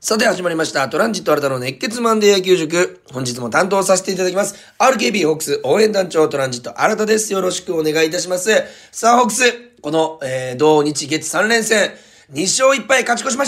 さて始まりました。トランジット新たの熱血マンデー野球塾。本日も担当させていただきます。RKB ホークス応援団長トランジット新たです。よろしくお願いいたします。さあホークス、この、同日月3連戦、2勝1敗勝ち越しました。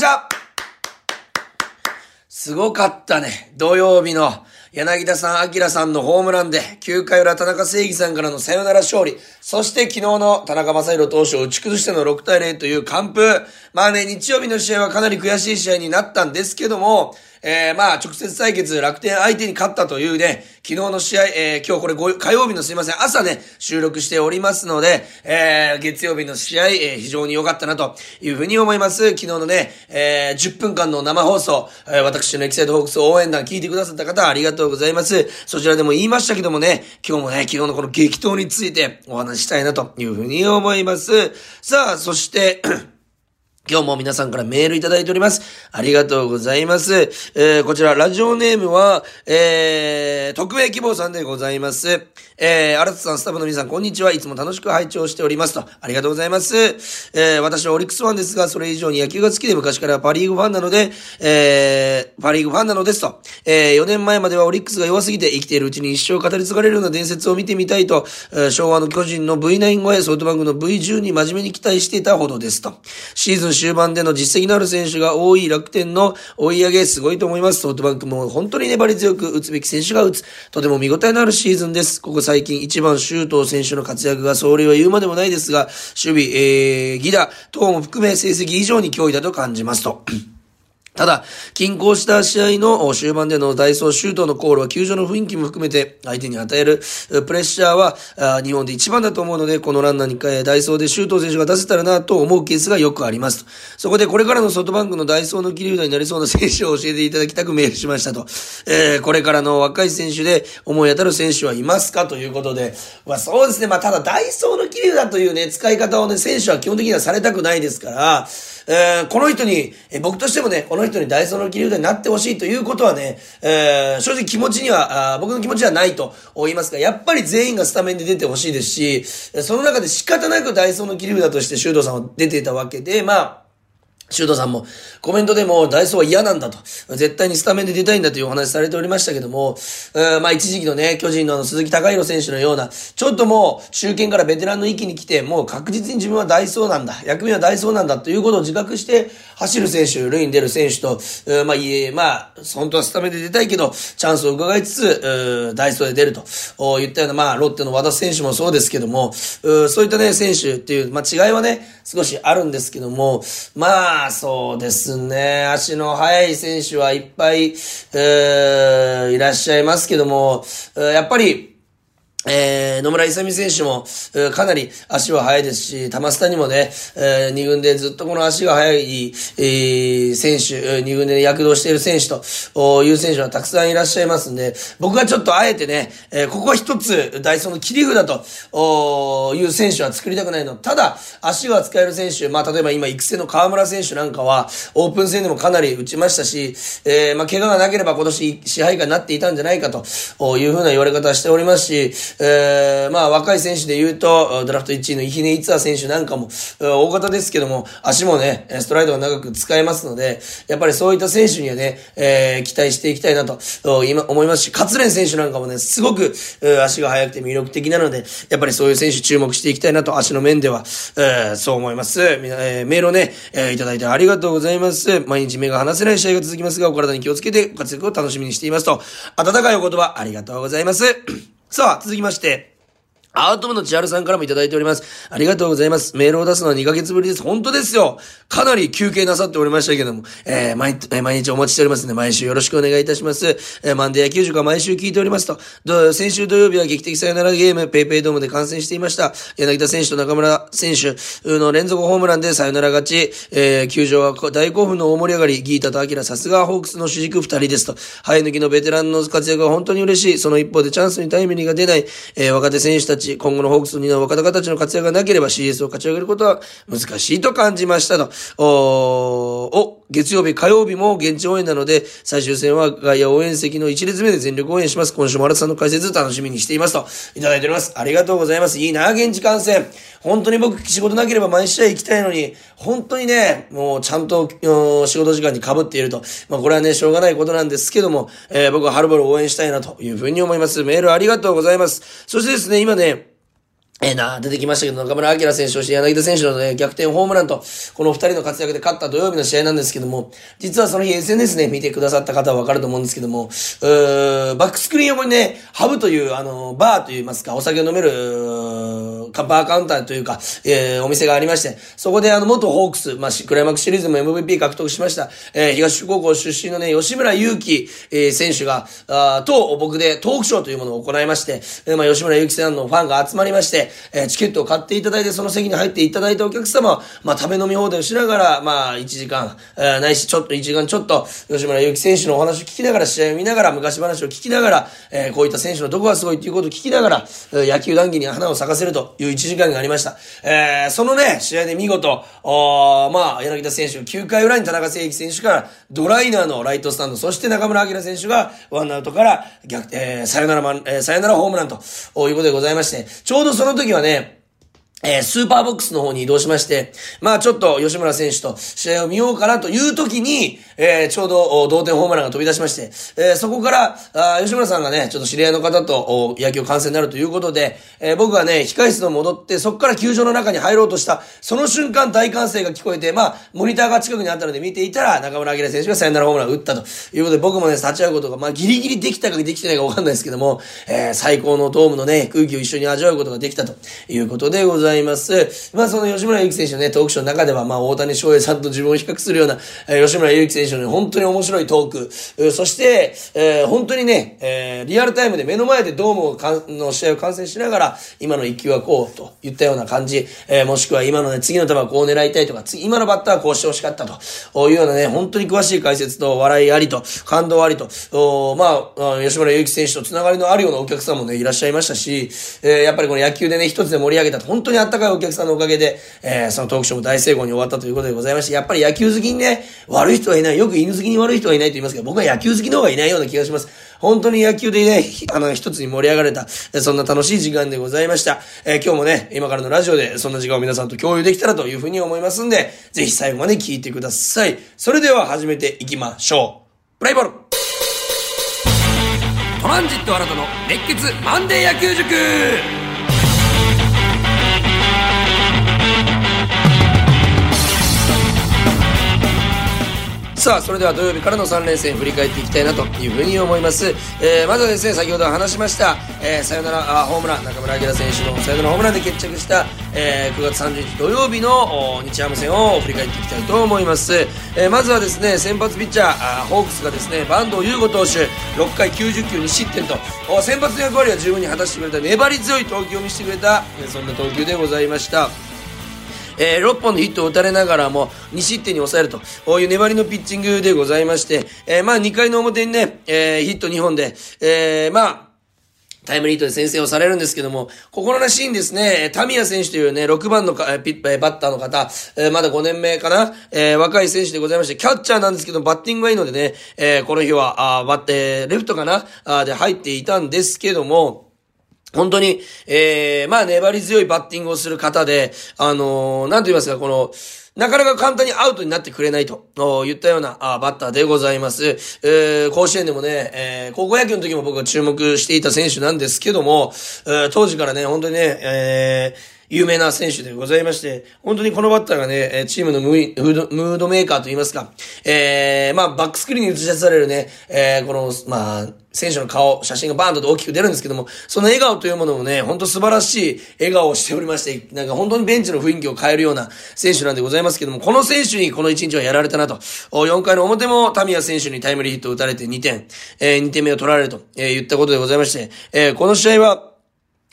すごかったね。土曜日の柳田さん、明さんのホームランで、9回裏田中正義さんからのサヨナラ勝利。そして昨日の田中将大投手を打ち崩しての6対0という完封。まあね、日曜日の試合はかなり悔しい試合になったんですけども、まあ直接対決楽天相手に勝ったというね、昨日の試合、今日これ火曜日のすいません、朝ね、収録しておりますので、月曜日の試合、非常に良かったなというふうに思います。昨日のね、10分間の生放送、私のエキサイトホークス応援団聞いてくださった方ありがとうございます。そちらでも言いましたけどもね、今日もね、昨日のこの激闘についてお話ししたいなというふうに思います。さあ、そして、今日も皆さんからメールいただいております。ありがとうございます。こちら、ラジオネームは、匿名希望さんでございます。新田さん、スタッフの皆さん、こんにちは。いつも楽しく拝聴しておりますと。ありがとうございます。私はオリックスファンですが、それ以上に野球が好きで昔からパリーグファンなので、パリーグファンなのですと。4年前まではオリックスが弱すぎて生きているうちに一生語り継がれるような伝説を見てみたいと、昭和の巨人の V9 超え、ソフトバンクの V10 に真面目に期待していたほどですと。シーズン終盤での実績のある選手が多い楽天の追い上げすごいと思います。ソフトバンクも本当に粘り強く打つべき選手が打つ。とても見応えのあるシーズンです。ここ最近一番周東選手の活躍が総理は言うまでもないですが、守備、犠打等も含め成績以上に脅威だと感じますと。ただ、均衡した試合の終盤でのダイソーシュートのコールは球場の雰囲気も含めて相手に与えるプレッシャーは日本で一番だと思うので、このランナーにダイソーでシュート選手が出せたらなと思うケースがよくありますと。そこでこれからのソフトバンクのダイソーの切り札になりそうな選手を教えていただきたくメールしましたと。これからの若い選手で思い当たる選手はいますかということで、そうですね。ただダイソーの切り札というね、使い方をね、選手は基本的にはされたくないですから、この人に、僕としてもね、この人にダイソーの切り札になってほしいということはね、正直気持ちには、僕の気持ちはないと言いますが、やっぱり全員がスタメンで出てほしいですし、その中で仕方なくダイソーの切り札として周東さんは出ていたわけで、周東さんもコメントでもダイソーは嫌なんだと。絶対にスタメンで出たいんだというお話されておりましたけども、一時期のね、巨人の鈴木貴弘選手のような、ちょっともう中堅からベテランの域に来て、もう確実に自分はダイソーなんだ。役目はダイソーなんだということを自覚して走る選手、塁に出る選手と、本当はスタメンで出たいけど、チャンスを伺いつつ、ダイソーで出ると言ったような、ロッテの和田選手もそうですけども、そういったね、選手っていう、違いはね、少しあるんですけども、そうですね。足の速い選手はいっぱい、いらっしゃいますけども、やっぱり、野村勇選手も、かなり足は速いですし、玉下にもね、二軍でずっとこの足が速い、選手、二軍で躍動している選手という選手はたくさんいらっしゃいますんで、僕はちょっとあえてね、ここは一つダイソーの切り札という選手は作りたくないの。ただ、足が使える選手、例えば今育成の河村選手なんかは、オープン戦でもかなり打ちましたし、怪我がなければ今年支配下になっていたんじゃないかというふうな言われ方しておりますし、若い選手で言うと、ドラフト1位の伊比根逸也選手なんかも、大型ですけども、足もね、ストライドが長く使えますので、やっぱりそういった選手にはね、期待していきたいなと、思いますし、勝連選手なんかもね、すごく、足が速くて魅力的なので、やっぱりそういう選手注目していきたいなと、足の面では、そう思います。メールをね、いただいてありがとうございます。毎日目が離せない試合が続きますが、お体に気をつけて活躍を楽しみにしていますと、温かいお言葉ありがとうございます。さあ、続きまして、アウトムの千春さんからもいただいております。ありがとうございます。メールを出すのは2ヶ月ぶりです。本当ですよ。かなり休憩なさっておりましたけども、毎日お待ちしておりますので、毎週よろしくお願いいたします。マンデー野球塾は毎週聞いておりますと。先週土曜日は劇的サヨナラゲーム、ペイペイドームで観戦していました。柳田選手と中村選手の連続ホームランでサヨナラ勝ち、球場は大興奮の大盛り上がり、ギータとアキラ、さすがホークスの主軸2人ですと。生え抜きのベテランの活躍は本当に嬉しい。その一方でチャンスにタイムリーが出ない、若手選手たち、今後のホークスにの若手たちの活躍がなければ CS を勝ち上げることは難しいと感じましたと。 月曜日、火曜日も現地応援なので、最終戦は外野応援席の1列目で全力応援します。今週も新田さんの解説楽しみにしていますと、いただいております。ありがとうございます。いいな、現地観戦。本当に僕、仕事なければ毎試合行きたいのに、本当にね、もうちゃんと仕事時間に被っていると。これはね、しょうがないことなんですけども、僕はハルボルを応援したいなというふうに思います。メールありがとうございます。そしてですね、今ね、出てきましたけど、中村晃選手、そして柳田選手のね、逆転ホームランと、この二人の活躍で勝った土曜日の試合なんですけども、実はその日 SNS ね、見てくださった方はわかると思うんですけども、バックスクリーン横にね、ハブという、バーといいますか、お酒を飲める、バーカウンターというか、お店がありまして、そこで元ホークス、クライマックスシリーズも MVP 獲得しました、東高校出身のね、吉村祐希、選手が、と僕でトークショーというものを行いまして、吉村祐希さんのファンが集まりまして、チケットを買っていただいて、その席に入っていただいたお客様は、食べ飲み放題をしながら、1時間、ないしちょっと、1時間ちょっと、吉村祐希選手のお話を聞きながら、試合を見ながら、昔話を聞きながら、こういった選手のどこがすごいということを聞きながら、野球談義に花を咲かせるという1時間がありました。そのね、試合で見事、柳田選手、9回裏に田中正義選手からドライナーのライトスタンド、そして中村晃選手がワンアウトからサヨナラホームランということでございまして、ちょうどその時はね、スーパーボックスの方に移動しまして、ちょっと吉村選手と試合を見ようかなという時に、ちょうど同点ホームランが飛び出しまして、そこから、吉村さんがね、ちょっと知り合いの方と野球観戦になるということで、僕がね、控室に戻って、そこから球場の中に入ろうとした、その瞬間大歓声が聞こえて、モニターが近くにあったので見ていたら、中村晃選手がサヨナラホームランを打ったということで、僕もね、立ち会うことが、ギリギリできたかできてないかわかんないですけども、最高のドームのね、空気を一緒に味わうことができたということでございます。その吉村祐希選手のね、トークショーの中では、大谷翔平さんと自分を比較するような、吉村祐希選手の、ね、本当に面白いトーク、そして、本当にね、リアルタイムで目の前でドームの試合を観戦しながら、今の一球はこうと言ったような感じ、もしくは今のね、次の球はこう狙いたいとか、今のバッターはこうしてほしかったというようなね、本当に詳しい解説と笑いありと、感動ありと、吉村祐希選手とつながりのあるようなお客さんもね、いらっしゃいましたし、やっぱりこの野球でね、一つで盛り上げたと、本当にあったかいお客さんのおかげで、そのトークショーも大成功に終わったということでございまして、やっぱり野球好きにね、悪い人はいない。よく犬好きに悪い人はいないと言いますけど、僕は野球好きの方がいないような気がします。本当に野球でね、一つに盛り上がれた、そんな楽しい時間でございました。今日もね、今からのラジオでそんな時間を皆さんと共有できたらというふうに思いますんで、ぜひ最後まで聞いてください。それでは始めていきましょう。プレイボールトランジット新たの熱血マンデー野球塾。さあ、それでは土曜日からの3連戦振り返っていきたいなというふうに思います。まずはですね、先ほど話しました、サヨナラホームラン、中村晃選手のサヨナラホームランで決着した、9月30日土曜日の日ハム戦を振り返っていきたいと思います。まずはですね、先発ピッチャー、ホークスがですね、坂東祐吾投手、6回90球2失点と、先発の役割は十分に果たしてくれた粘り強い投球を見せてくれた、そんな投球でございました。6本のヒットを打たれながらも2失点に抑えるという粘りのピッチングでございまして、2回の表にね、ヒット2本で、タイムリーヒットで先制をされるんですけども、心なシーンですね、タミヤ選手というね、6番のバッターの方、まだ5年目かな、若い選手でございまして、キャッチャーなんですけど、バッティングがいいのでね、この日は、レフトかなで入っていたんですけども、本当に、粘り強いバッティングをする方で、なんと言いますか、なかなか簡単にアウトになってくれないと言ったようなバッターでございます。甲子園でもね、高校野球の時も僕が注目していた選手なんですけども、当時からね、本当にね、有名な選手でございまして、本当にこのバッターがね、チームのムードメーカーと言いますか、バックスクリーンに映し出されるね、選手の顔、写真がバーンと大きく出るんですけども、その笑顔というものもね、本当素晴らしい笑顔をしておりまして、なんか本当にベンチの雰囲気を変えるような選手なんでございますけども、この選手にこの1日はやられたなと。4回の表もタミヤ選手にタイムリーヒットを打たれて2点目を取られると、言ったことでございまして、この試合は、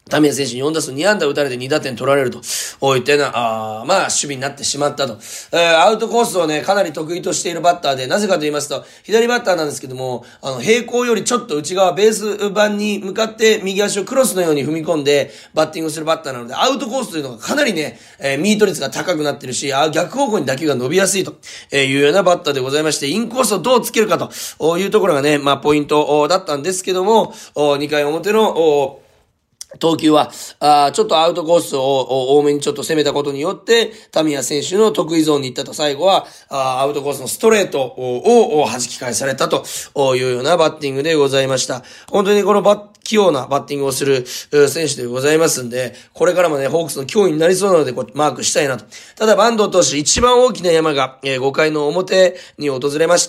タミヤ選手に4打数2安打打たれて2打点取られると、いったような、守備になってしまったと。アウトコースをね、かなり得意としているバッターで、なぜかと言いますと、左バッターなんですけども、平行よりちょっと内側、ベース板に向かって右足をクロスのように踏み込んで、バッティングするバッターなので、アウトコースというのがかなりね、ミート率が高くなってるし、逆方向に打球が伸びやすいというようなバッターでございまして、インコースをどうつけるかというところがね、ポイントだったんですけども、2回表の、投球は、ちょっとアウトコースを多めにちょっと攻めたことによって、タミヤ選手の得意ゾーンに行ったと、最後は、アウトコースのストレートを弾き返されたというようなバッティングでございました。本当にこの器用なバッティングをする選手でございますんで、これからもね、ホークスの脅威になりそうなので、マークしたいなと。ただ、坂東投手一番大きな山が、5回の表に訪れまして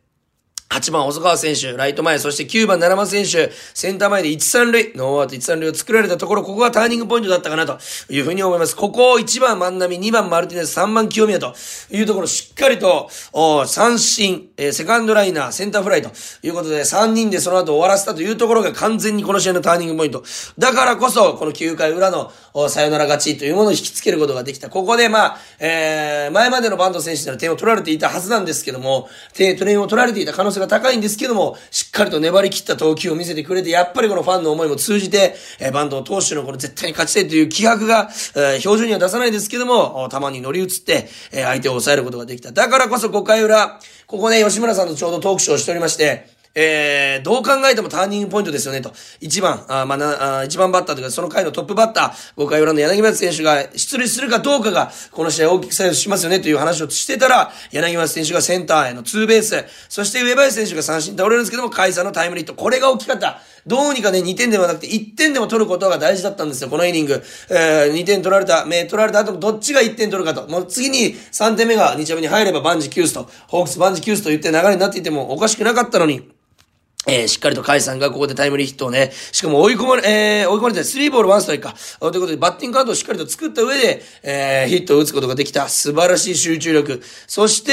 、8番細川選手、ライト前、そして9番7番選手、センター前で1、3塁、ノーアウト1、3塁を作られたところ、ここがターニングポイントだったかなというふうに思います。ここを1番万波、2番マルティネス、3番清宮というところ、しっかりと、三振、セカンドライナー、センターフライということで、3人でその後終わらせたというところが完全にこの試合のターニングポイント。だからこそ、この9回裏のサヨナラ勝ちというものを引きつけることができた。ここで前までのバンド選手なら点を取られていたはずなんですけども、点を取られていた可能性が高いんですけども、しっかりと粘り切った投球を見せてくれて、やっぱりこのファンの思いも通じて、バンド投手のこの絶対に勝ちたいという気迫が、表情には出さないですけども、球に乗り移って、相手を抑えることができた。だからこそ5回裏、ここね、吉村さんとちょうどトークショーをしておりまして、どう考えてもターニングポイントですよねと。1番バッターというか、その回のトップバッター、5回裏の柳町選手が出塁するかどうかが、この試合大きく左右しますよねという話をしてたら、柳町選手がセンターへのツーベース、そして上林選手が三振倒れるんですけども、甲斐さんのタイムリーと、これが大きかった。どうにかね、2点ではなくて1点でも取ることが大事だったんですよ、このイニング。2点取られた後、どっちが1点取るかと。もう次に3点目が2着目に入れば万事休すと、ホークス万事休すと言って流れになっていてもおかしくなかったのに、しっかりと甲斐さんがここでタイムリーヒットをね、しかも追い込まれて3ボール1ストライクか。ということで、バッティングカードをしっかりと作った上で、ヒットを打つことができた。素晴らしい集中力。そして、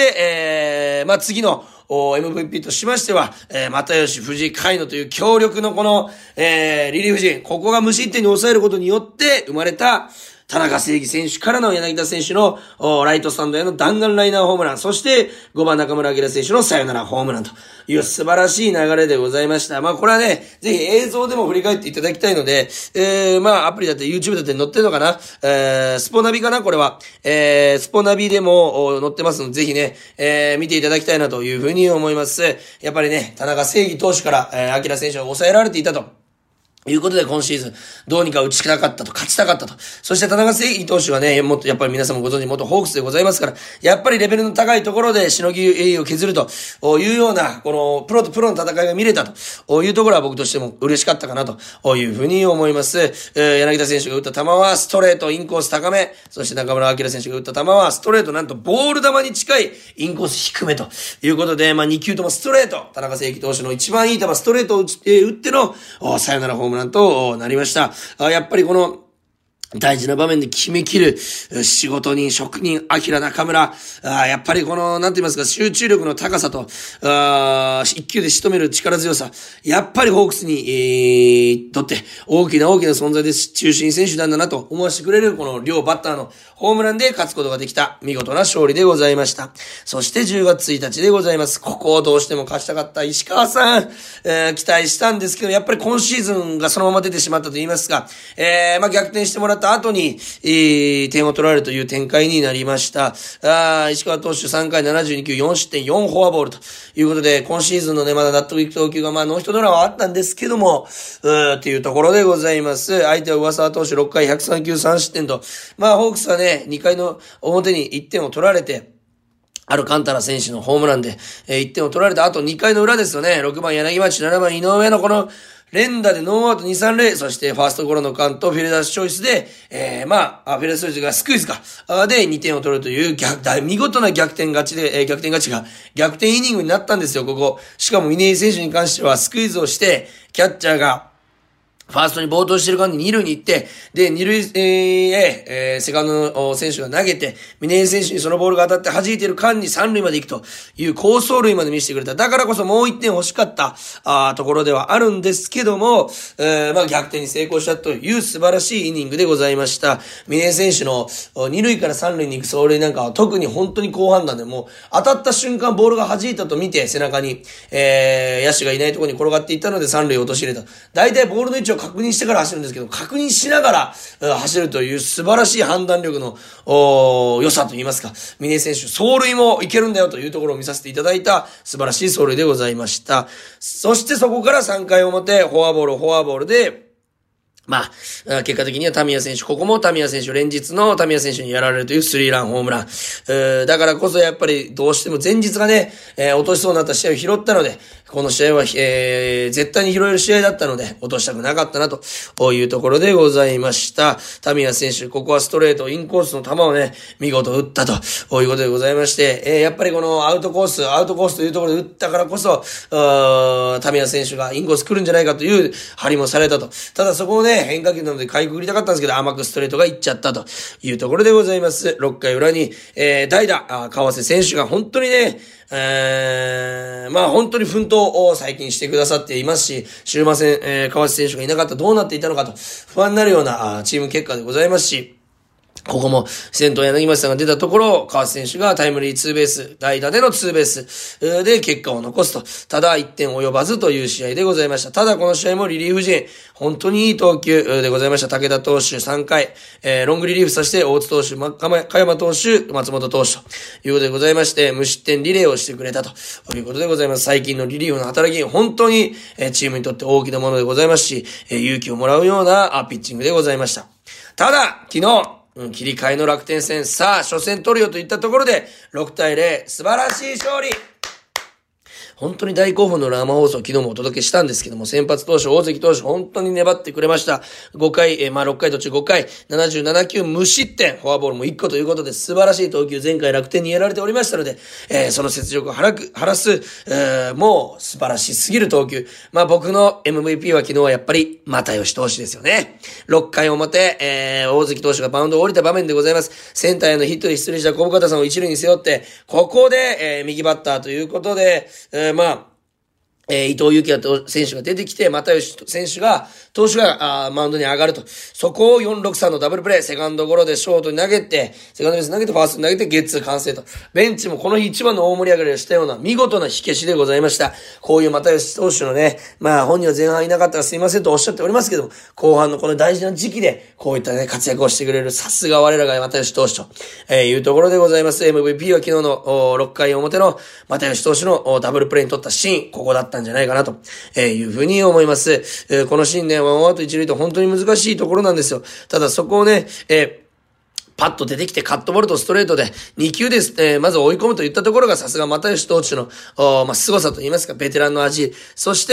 次の、MVP としましては、又吉、藤井、甲斐野という強力のこの、リリーフ陣。ここが無失点に抑えることによって生まれた、田中正義選手からの柳田選手のライトスタンドへの弾丸ライナーホームラン、そして5番中村晃選手のサヨナラホームランという素晴らしい流れでございました。これはね、ぜひ映像でも振り返っていただきたいので、アプリだって YouTube だって載ってるのかな、スポナビかなこれは。スポナビでも載ってますので、ぜひね、見ていただきたいなというふうに思います。やっぱりね、田中正義投手から、晃選手を抑えられていたと。いうことで今シーズンどうにか打ちたかったと、勝ちたかったと。そして田中正義投手はね、もっとやっぱり皆さんもご存知元ホークスでございますから、やっぱりレベルの高いところでしのぎを削るというような、このプロとプロの戦いが見れたというところは僕としても嬉しかったかなというふうに思います。柳田選手が打った球はストレート、インコース高め、そして中村晃選手が打った球はストレート、なんとボール球に近いインコース低めということで、2球ともストレート、田中正義投手の一番いい球ストレートを打ってのサヨナラホームランとなりました。やっぱりこの大事な場面で決め切る仕事人、職人、明中村。やっぱりこの、なんて言いますか、集中力の高さと、一球で仕留める力強さ。やっぱりホークスに、とって大きな存在です。中心選手なんだなと思わせてくれるこの両バッターのホームランで勝つことができた見事な勝利でございました。そして10月1日でございます。ここをどうしても勝ちたかった石川さん、期待したんですけど、やっぱり今シーズンがそのまま出てしまったと言いますか、逆転してもらった後に、点を取られるという展開になりました。石川投手3回72球4失点4フォアボールということで、今シーズンのね、まだ納得いく投球がノーヒットノーランはあったんですけども、っていうところでございます。相手は上沢投手6回103球3失点と、ホークスはね、2回の表に1点を取られて、アルカンタラ選手のホームランで、1点を取られた後2回の裏ですよね。6番柳町、7番井上のこの、連打でノーアウト2、3塁、そしてファーストゴロの間とフィルダースチョイスで、フィルダースチョイスがスクイズか、で2点を取るという見事な逆転勝ちが逆転イニングになったんですよ、ここ。しかも峰井選手に関してはスクイズをして、キャッチャーが、 ファーストに暴投してる間に二塁に行って、で、二塁へ、セカンドの選手が投げて、峰井選手にそのボールが当たって弾いてる間に三塁まで行くという好走塁まで見せてくれた。だからこそもう一点欲しかったところではあるんですけども、逆転に成功したという素晴らしいイニングでございました。峰井選手の二塁から三塁に行く走塁なんかは特に本当に好判断で、もう当たった瞬間ボールが弾いたと見て背中に、野手がいないところに転がっていったので三塁を陥れた。大体ボールの位置を確認してから走るんですけど、確認しながら走るという素晴らしい判断力の良さといいますか、峰井選手走塁もいけるんだよというところを見させていただいた素晴らしい走塁でございました。そしてそこから3回表フォアボールで結果的にはタミヤ選手、ここもタミヤ選手、連日のタミヤ選手にやられるというスリーランホームラン。だからこそやっぱりどうしても前日がね、落としそうになった試合を拾ったので、この試合は、絶対に拾える試合だったので、落としたくなかったなというところでございました。タミヤ選手、ここはストレート、インコースの球をね、見事打ったということでございまして、やっぱりこのアウトコースというところで打ったからこそ、タミヤ選手がインコース来るんじゃないかという張りもされたと。ただそこをね、変化球なのでかいくぐりたかったんですけど、甘くストレートがいっちゃったというところでございます。6回裏に、代打、川瀬選手が本当にね、本当に奮闘を最近してくださっていますし、終盤戦、川瀬選手がいなかったらどうなっていたのかと不安になるようなチーム結果でございますし、ここも先頭柳町さんが出たところ、川瀬選手がタイムリーツーベース、代打でのツーベースで結果を残すと。ただ1点及ばずという試合でございました。ただこの試合もリリーフ陣、本当にいい投球でございました。武田投手3回、ロングリリーフさせて大津投手、加山投手、松本投手ということでございまして、無失点リレーをしてくれたということでございます。最近のリリーフの働き、本当にチームにとって大きなものでございますし、勇気をもらうようなピッチングでございました。ただ、昨日、切り替えの楽天戦、さあ、初戦取るよといったところで、6対0、素晴らしい勝利。本当に大興奮の生放送を昨日もお届けしたんですけども、先発投手、大関投手、本当に粘ってくれました。5回、6回途中5回、77球無失点、フォアボールも1個ということで、素晴らしい投球、前回楽天にやられておりましたので、その雪辱を晴らす、もう素晴らしすぎる投球。僕の MVP は昨日はやっぱり、又吉投手ですよね。6回表、大関投手がバウンドを降りた場面でございます。センターへのヒットで出塁した小深田さんを一塁に背負って、ここで、右バッターということで、伊藤幸也選手が出てきて、又吉投手がマウンドに上がると。そこを463のダブルプレー、セカンドゴロでショートに投げて、セカンドベース投げて、ファーストに投げて、ゲッツー完成と。ベンチもこの日一番の大盛り上がりをしたような見事な火消しでございました。こういう又吉投手のね、本人は前半いなかったらすいませんとおっしゃっておりますけども、後半のこの大事な時期で、こういったね、活躍をしてくれる、さすが我らが又吉投手と、いうところでございます。MVP は昨日の6回表の又吉投手のダブルプレーに取ったシーン、ここだったんじゃないかなというふうに思います。このシーンね、ワンアウト一塁と本当に難しいところなんですよ。ただそこをね、パッと出てきてカットボールとストレートで2球です、まず追い込むといったところがさすが又吉投手の凄さと言いますか、ベテランの味。そして、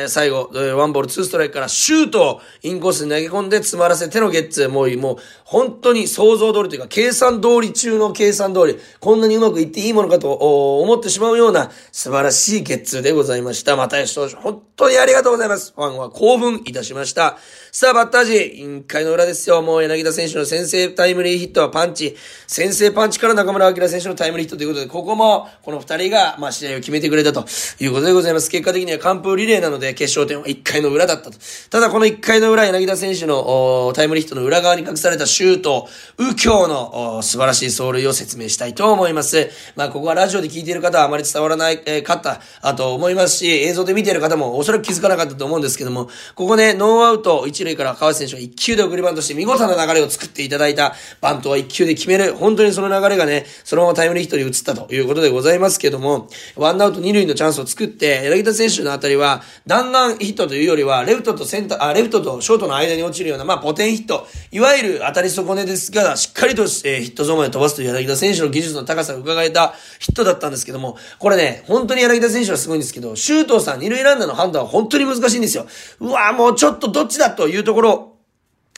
最後、ワンボールツーストライクからシュートをインコースに投げ込んで詰まらせてのゲッツー。もう本当に想像通りというか計算通り中の計算通り、こんなにうまくいっていいものかと思ってしまうような素晴らしいゲッツーでございました。又吉投手、本当にありがとうございます。ファンは興奮いたしました。さあ、バッター陣、1回の裏ですよ。もう柳田選手の先制タイムリーヒットはパンチ。先制パンチから中村晃選手のタイムリーヒットということで、ここも、この2人が、試合を決めてくれたということでございます。結果的には完封リレーなので、決勝点は1回の裏だったと。ただ、この1回の裏、柳田選手のタイムリーヒットの裏側に隠されたシュート、右京の素晴らしい走塁を説明したいと思います。ここはラジオで聞いている方はあまり伝わらないかったと思いますし、映像で見ている方もおそらく気づかなかったと思うんですけども、ここね、ノーアウト1塁から川瀬選手が1球で送りバントして見事な流れを作っていただいた。バントは1球で決める。本当にその流れがね、そのままタイムリーヒットに移ったということでございますけども、ワンアウト2塁のチャンスを作って、柳田選手のあたりは、弾丸ヒットというよりは、レフトとショートの間に落ちるような、ポテンヒット。いわゆる当たり損ねですが、しっかりと、ヒットゾーンまで飛ばすという柳田選手の技術の高さを伺えたヒットだったんですけども、これね、本当に柳田選手はすごいんですけど、周東さん、二塁ランナーの判断は本当に難しいんですよ。もうちょっとどっちだというところ、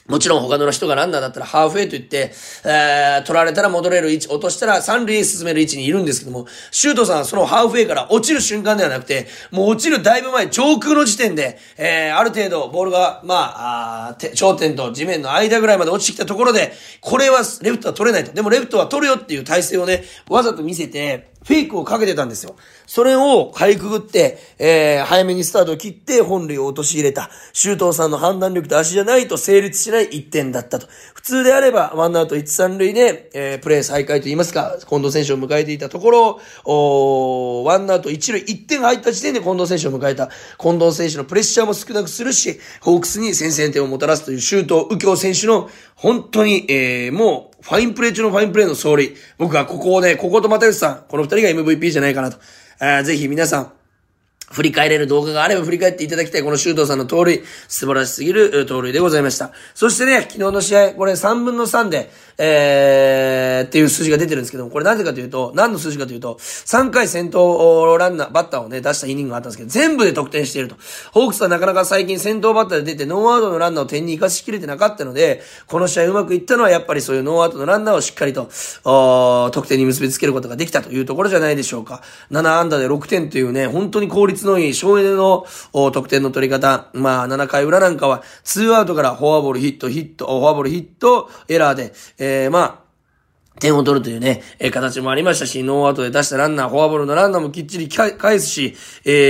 もちろん他の人がランナーだったらハーフウェイと言って、取られたら戻れる位置、落としたら三塁へ進める位置にいるんですけども、シュートさんはそのハーフウェイから落ちる瞬間ではなくて、もう落ちるだいぶ前、上空の時点で、ある程度ボールが、頂点と地面の間ぐらいまで落ちてきたところで、これはレフトは取れないと。でもレフトは取るよっていう体勢をね、わざと見せて、フェイクをかけてたんですよ。それをかいくぐって、早めにスタートを切って本塁を陥れた。周東さんの判断力と足じゃないと成立しない1点だったと。普通であれば、ワンアウト1、3塁で、プレー再開と言いますか、近藤選手を迎えていたところ、ワンアウト1塁、1点が入った時点で近藤選手を迎えた。近藤選手のプレッシャーも少なくするし、ホークスに先制点をもたらすという周東右京選手の、本当に、もう、ファインプレー中のファインプレーの走塁。僕はここをね、ここと又吉さん、この二人が MVP じゃないかなと。ぜひ皆さん、振り返れる動画があれば振り返っていただきたいこの周東さんの盗塁、素晴らしすぎる盗塁でございました。そしてね、昨日の試合、これ3分の3で、っていう数字が出てるんですけども、これなぜかというと、何の数字かというと、3回先頭ランナー、バッターをね、出したイニングがあったんですけど、全部で得点していると。ホークスはなかなか最近先頭バッターで出て、ノーアウトのランナーを点に生かしきれてなかったので、この試合うまくいったのはやっぱりそういうノーアウトのランナーをしっかりと、得点に結びつけることができたというところじゃないでしょうか。7安打で6点というね、本当に効率のいい省エネの得点の取り方。7回裏なんかは、2アウトからフォアボールヒット、フォアボールヒット、エラーで、点を取るというね、形もありましたし、ノーアウトで出したランナー、フォアボールのランナーもきっちり返すし、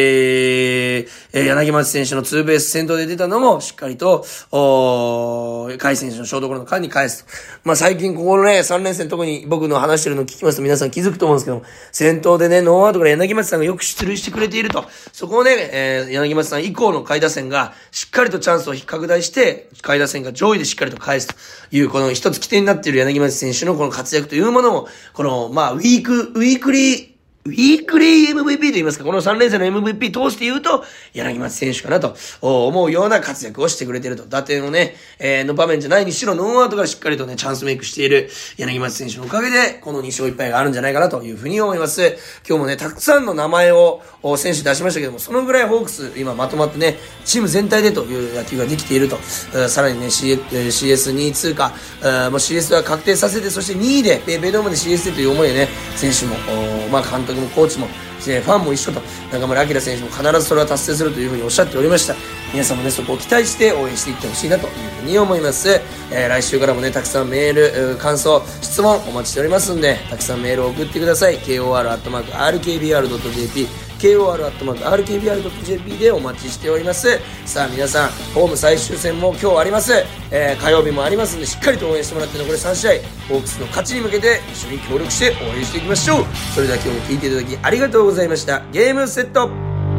柳町選手のツーベース先頭で出たのもしっかりと、甲斐選手のショートゴロの間に返すと。最近ここのね、3連戦特に僕の話してるの聞きますと皆さん気づくと思うんですけども、先頭でね、ノーアウトから柳町さんがよく出塁してくれていると。そこをね、柳町さん以降の下位打線がしっかりとチャンスを拡大して、下位打線が上位でしっかりと返すという、この一つ起点になっている柳町選手のこの活躍というものも、この、ウィークリー MVP と言いますか、この3連戦の MVP 通して言うと、柳町選手かなと思うような活躍をしてくれていると。打点をね、の場面じゃないにしろ、ノーアウトからしっかりとね、チャンスメイクしている柳町選手のおかげで、この2勝1敗があるんじゃないかなというふうに思います。今日もね、たくさんの名前を選手出しましたけども、そのぐらいホークス、今まとまってね、チーム全体でという野球ができていると。さらにね、CS2 位通過、CS は確定させて、そして2位で、ベドームで CS でという思いでね、選手も、監督もコーチも、ファンも一緒と、中村晃選手も必ずそれは達成するというふうにおっしゃっておりました。皆さんもね、そこを期待して応援していってほしいなというふうに思います。来週からもね、たくさんメール、感想、質問お待ちしておりますんで、たくさんメールを送ってください。kor@rkbr.jp kor@rkbr.jp でお待ちしております。さあ皆さん、ホーム最終戦も今日あります。火曜日もありますんで、しっかりと応援してもらって残り3試合、ホークスの勝ちに向けて一緒に協力して応援していきましょう。それでは今日も聞いていただきありがとうございました。ゲームセット。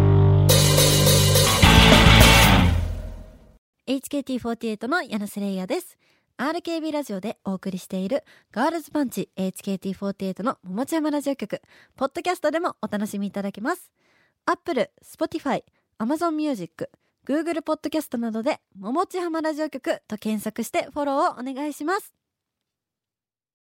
HKT48 の柳瀬玲也です。RKB ラジオでお送りしているガールズパンチ HKT48 の桃地山ラジオ局、ポッドキャストでもお楽しみいただけます。Apple、Spotify、Amazon Music、Google ポッドキャストなどで桃地山ラジオ局と検索してフォローをお願いします。